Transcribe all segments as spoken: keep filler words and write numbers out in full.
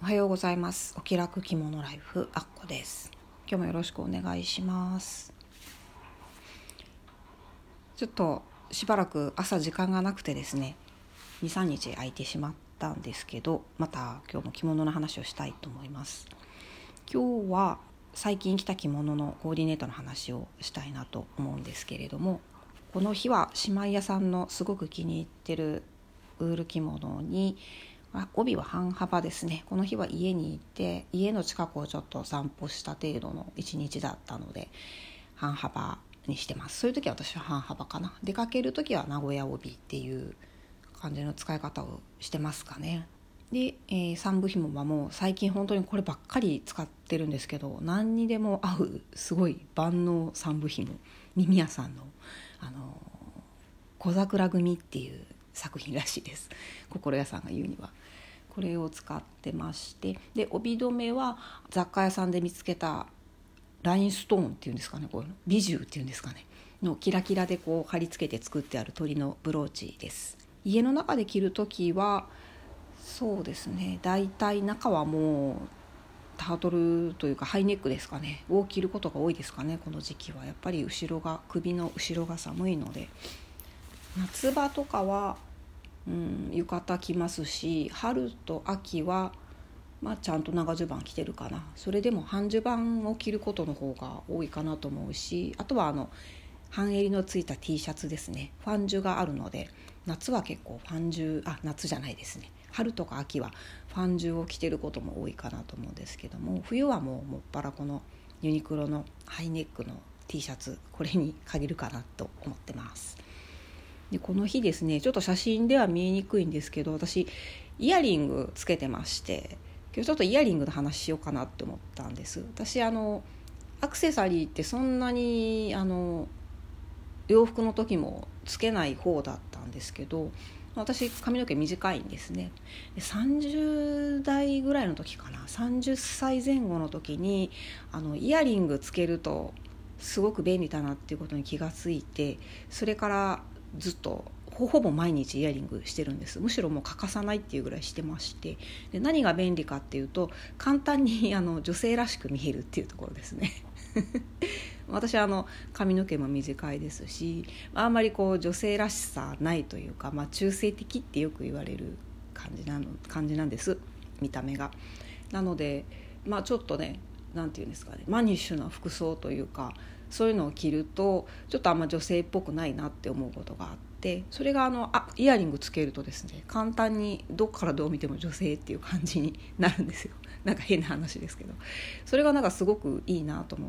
おはようございます。お気楽着物ライフあっこです。今日もよろしくお願いします。ちょっとしばらく朝時間がなくてですね に,さん 日空いてしまったんですけど、また今日も着物の話をしたいと思います。今日は最近着た着物のコーディネートの話をしたいなと思うんですけれども、この日は姉妹屋さんのすごく気に入ってるウール着物に帯は半幅ですね。この日は家にいて、家の近くをちょっと散歩した程度の一日だったので半幅にしてます。そういう時は私は半幅かな。出かける時は名古屋帯っていう感じの使い方をしてますかね。で、えー、三部紐はもう最近本当にこればっかり使ってるんですけど、何にでも合うすごい万能三部紐、耳屋さんのあの小桜組っていう作品らしいです。心屋さんが言うにはこれを使ってまして、で帯留めは雑貨屋さんで見つけたラインストーンっていうんですかね、こうビジューっていうんですかねのキラキラでこう貼り付けて作ってある鳥のブローチです。家の中で着るときはそうですね、だいたい中はもうタートルというかハイネックですかねを着ることが多いですかね。この時期はやっぱり後ろが首の後ろが寒いので、夏場とかはうん、浴衣着ますし、春と秋は、まあ、ちゃんと長襦袢着てるかな。それでも半襦袢を着ることの方が多いかなと思うし、あとはあの半襟のついた T シャツですね。ファンジュがあるので、夏は結構ファンジュあ夏じゃないですね春とか秋はファンジュを着てることも多いかなと思うんですけども、冬はもうもっぱらこのユニクロのハイネックの T シャツ、これに限るかなと思ってます。でこの日ですね、ちょっと写真では見えにくいんですけど、私イヤリングつけてまして、今日ちょっとイヤリングの話しようかなって思ったんです。私あのアクセサリーってそんなにあの洋服の時もつけない方だったんですけど、私髪の毛短いんですね。でさんじゅう代ぐらいの時かな、さんじゅっさいぜん後の時にあのイヤリングつけるとすごく便利だなっていうことに気がついて、それからずっとほぼ毎日イヤリングしてるんです。むしろもう欠かさないっていうぐらいしてまして、で何が便利かっていうと、簡単にあの女性らしく見えるっていうところですね私はあの髪の毛も短いですし、あんまりこう女性らしさないというか、まあ、中性的ってよく言われる感じなの感じなんです、見た目が。なので、まあ、ちょっとね、なんていうんですかね、マニッシュな服装というか、そういうのを着るとちょっとあんま女性っぽくないなって思うことがあって、それがあのあイヤリングつけるとですね、簡単にどっからどう見ても女性っていう感じになるんですよ。なんか変な話ですけど、それがなんかすごくいいなと思って、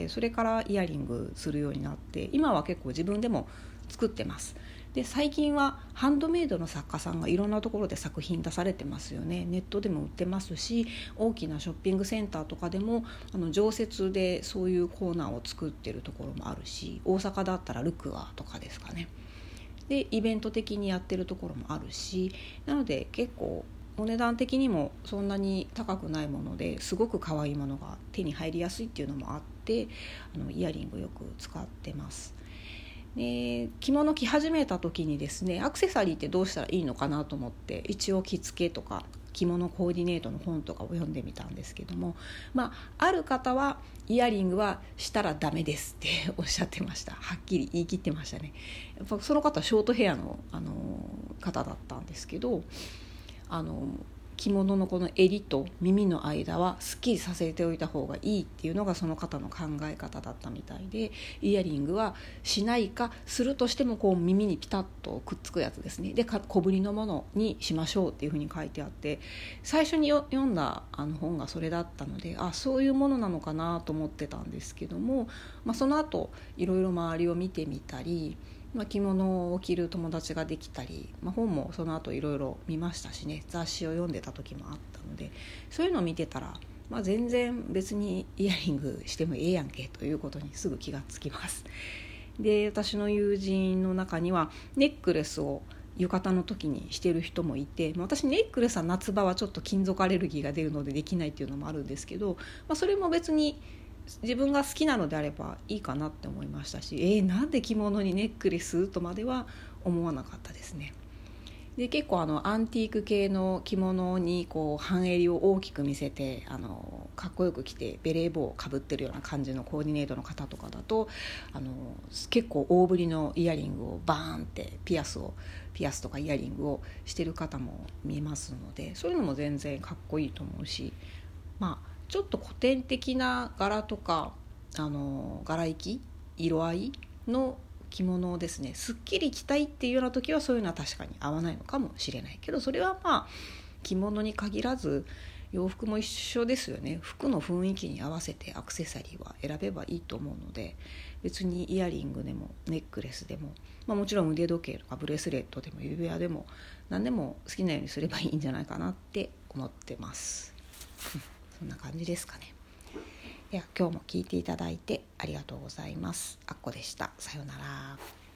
それからイヤリングするようになって、今は結構自分でも作ってます。で最近はハンドメイドの作家さんがいろんなところで作品出されてますよね。ネットでも売ってますし、大きなショッピングセンターとかでもあの常設でそういうコーナーを作ってるところもあるし、大阪だったらルクアとかですかね。でイベント的にやってるところもあるし、なので結構お値段的にもそんなに高くないものですごく可愛いものが手に入りやすいっていうのもあって、あのイヤリングよく使ってます。で着物着始めた時にですね、アクセサリーってどうしたらいいのかなと思って、一応着付けとか着物コーディネートの本とかを読んでみたんですけども、まあ、ある方はイヤリングはしたらダメですっておっしゃってました。はっきり言い切ってましたね。やっぱその方はショートヘアの、あの方だったんですけど、あの着物のこの襟と耳の間はすっきりさせておいた方がいいっていうのがその方の考え方だったみたいで、イヤリングはしないか、するとしてもこう耳にピタッとくっつくやつですね、で小ぶりのものにしましょうっていうふうに書いてあって、最初に読んだあの本がそれだったので、あそういうものなのかなと思ってたんですけども、まあ、その後いろいろ周りを見てみたり、まあ、着物を着る友達ができたり、まあ、本もその後いろいろ見ましたしね、雑誌を読んでた時もあったので、そういうのを見てたら、まあ、全然別にイヤリングしてもええやんけということにすぐ気がつきます。で私の友人の中にはネックレスを浴衣の時にしてる人もいて、私ネックレスは夏場はちょっと金属アレルギーが出るのでできないっていうのもあるんですけど、まあ、それも別に自分が好きなのであればいいかなって思いましたし、えー、なんで着物にネックレスとまでは思わなかったですね。 で結構あのアンティーク系の着物にこう半襟を大きく見せてあのかっこよく着てベレー帽をかぶってるような感じのコーディネートの方とかだとあの結構大ぶりのイヤリングをバーンってピアスをピアスとかイヤリングをしてる方も見えますので、そういうのも全然かっこいいと思うし、まあちょっと古典的な柄とかあの柄行き色合いの着物をですねすっきり着たいっていうような時はそういうのは確かに合わないのかもしれないけど、それはまあ着物に限らず洋服も一緒ですよね。服の雰囲気に合わせてアクセサリーは選べばいいと思うので、別にイヤリングでもネックレスでも、まあ、もちろん腕時計とかブレスレットでも指輪でも何でも好きなようにすればいいんじゃないかなって思ってますそんな感じですかね。では今日も聞いていただいてありがとうございます。あっこでした。さようなら。